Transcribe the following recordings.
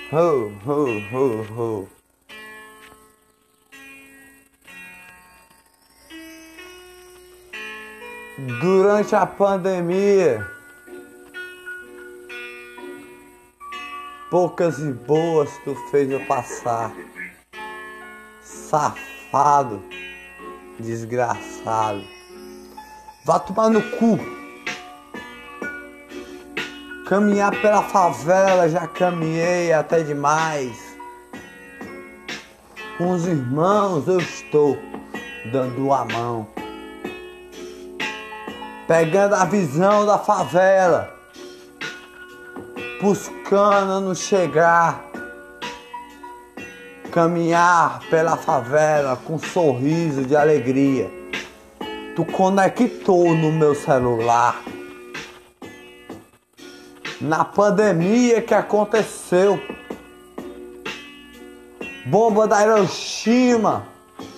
Ho, ho, ho, ho. Durante a pandemia, poucas e boas tu fez eu passar. Safado, desgraçado. Vá tomar no cu. Caminhar pela favela, já caminhei até demais. Com os irmãos eu estou dando a mão, pegando a visão da favela, buscando não chegar. Caminhar pela favela com um sorriso de alegria. Tu conectou no meu celular. Na pandemia que aconteceu, bomba da Hiroshima.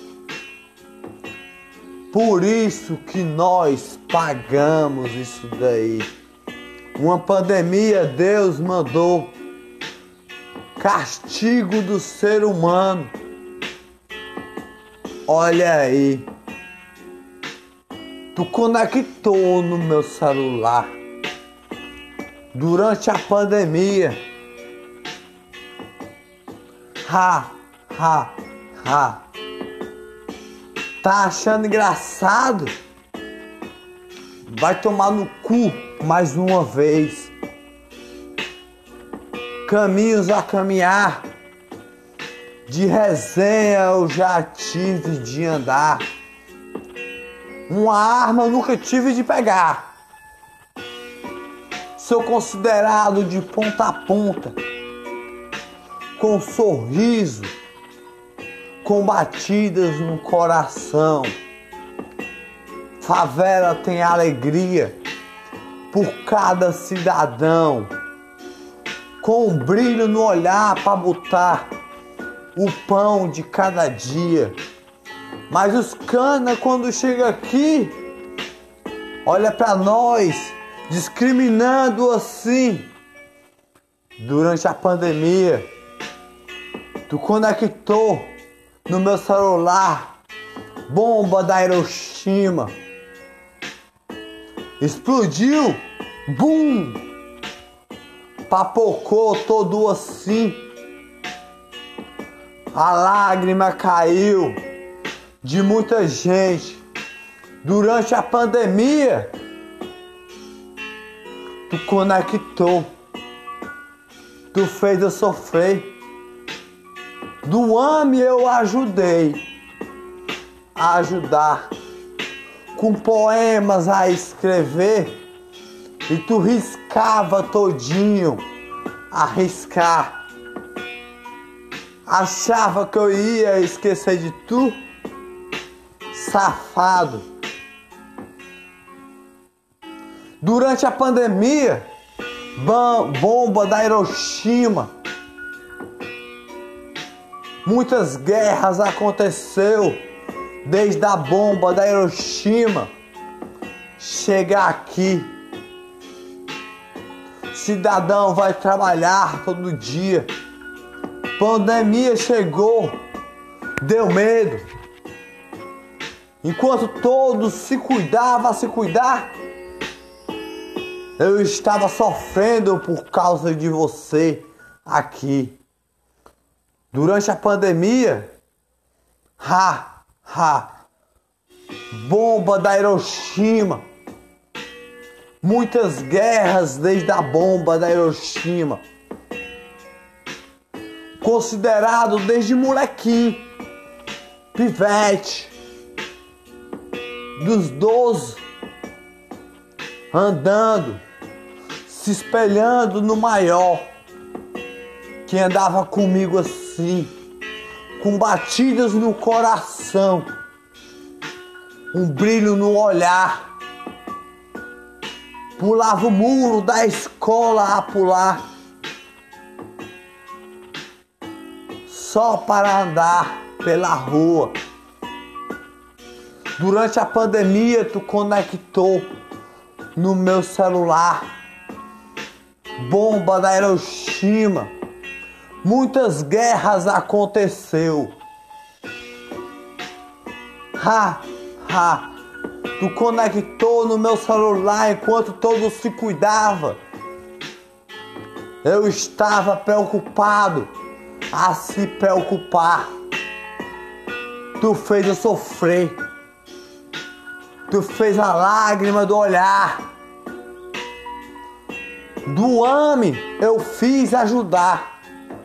Por isso que nós pagamos isso daí. Uma pandemia Deus mandou. Castigo do ser humano. Olha aí. Tu conectou no meu celular durante a pandemia. Ha, ha, ha. Tá achando engraçado? Vai tomar no cu mais uma vez. Caminhos a caminhar, de resenha eu já tive de andar. Uma arma eu nunca tive de pegar. Sou considerado de ponta a ponta, com sorriso, com batidas no coração. Favela tem alegria por cada cidadão, com um brilho no olhar para botar o pão de cada dia. Mas os cana quando chega aqui, olha para nós, discriminando assim. Durante a pandemia, tu conectou no meu celular, bomba da Hiroshima. Explodiu, bum! Papocou todo assim. A lágrima caiu de muita gente. Durante a pandemia, tu conectou. Tu fez eu sofrer. Do AME eu ajudei a ajudar. Com poemas a escrever. E tu riscava todinho, a riscar. Achava que eu ia esquecer de tu? Safado. Durante a pandemia, bomba da Hiroshima. Muitas guerras aconteceu desde a bomba da Hiroshima chegar aqui. Cidadão vai trabalhar todo dia. Pandemia chegou, deu medo. Enquanto todos se cuidavam, eu estava sofrendo por causa de você aqui. Durante a pandemia, bomba da Hiroshima. Muitas guerras desde a bomba da Hiroshima. Considerado desde molequinho, pivete, dos 12, andando, se espelhando no maior, que andava comigo assim, com batidas no coração, um brilho no olhar. Pulava o muro da escola a pular, só para andar pela rua. Durante a pandemia tu conectou no meu celular, bomba da Hiroshima. Muitas guerras aconteceu. Tu conectou no meu celular enquanto todos se cuidava. Eu estava preocupado a se preocupar. Tu fez eu sofrer. Tu fez a lágrima do olhar. Do ame eu fiz ajudar.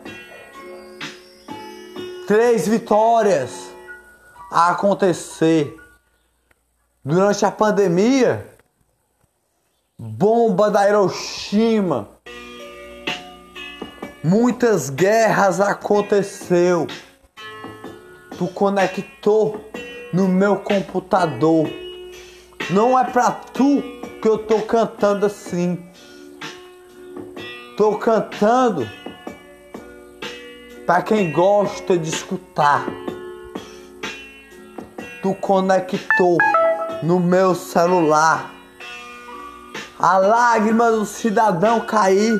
3 vitórias a acontecer durante a pandemia. Bomba da Hiroshima. Muitas guerras aconteceu. Tu conectou no meu computador. Não é pra tu que eu tô cantando assim. Tô cantando pra quem gosta de escutar. Tu conectou no meu celular. A lágrima do cidadão caiu.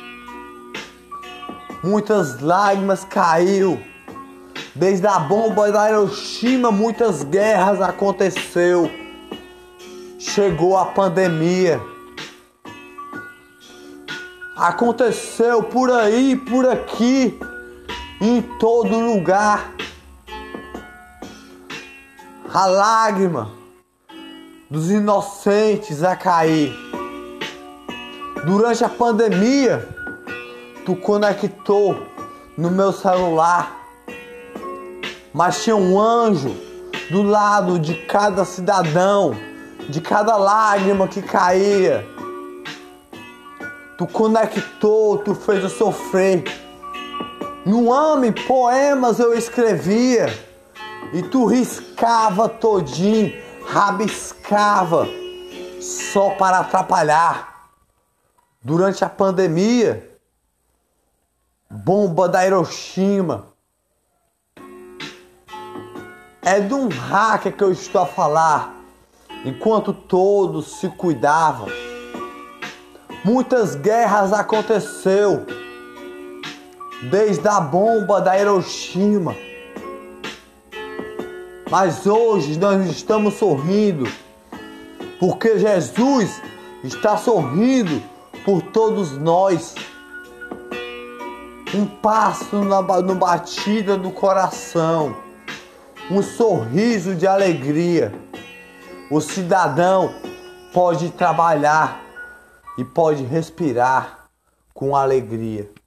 Muitas lágrimas caiu. Desde a bomba da Hiroshima, muitas guerras aconteceu. Chegou a pandemia. Aconteceu por aí, por aqui, em todo lugar. A lágrima dos inocentes a cair. Durante a pandemia, tu conectou no meu celular. Mas tinha um anjo do lado de cada cidadão, de cada lágrima que caía. Tu conectou, tu fez eu sofrer. No ame, poemas eu escrevia. E tu riscava todinho, rabiscava, só para atrapalhar. Durante a pandemia, bomba da Hiroshima. É de um hacker que eu estou a falar. Enquanto todos se cuidavam. Muitas guerras aconteceu. Desde a bomba da Hiroshima. Mas hoje nós estamos sorrindo. Porque Jesus está sorrindo por todos nós. Um passo no batida do coração. Um sorriso de alegria. O cidadão pode trabalhar e pode respirar com alegria.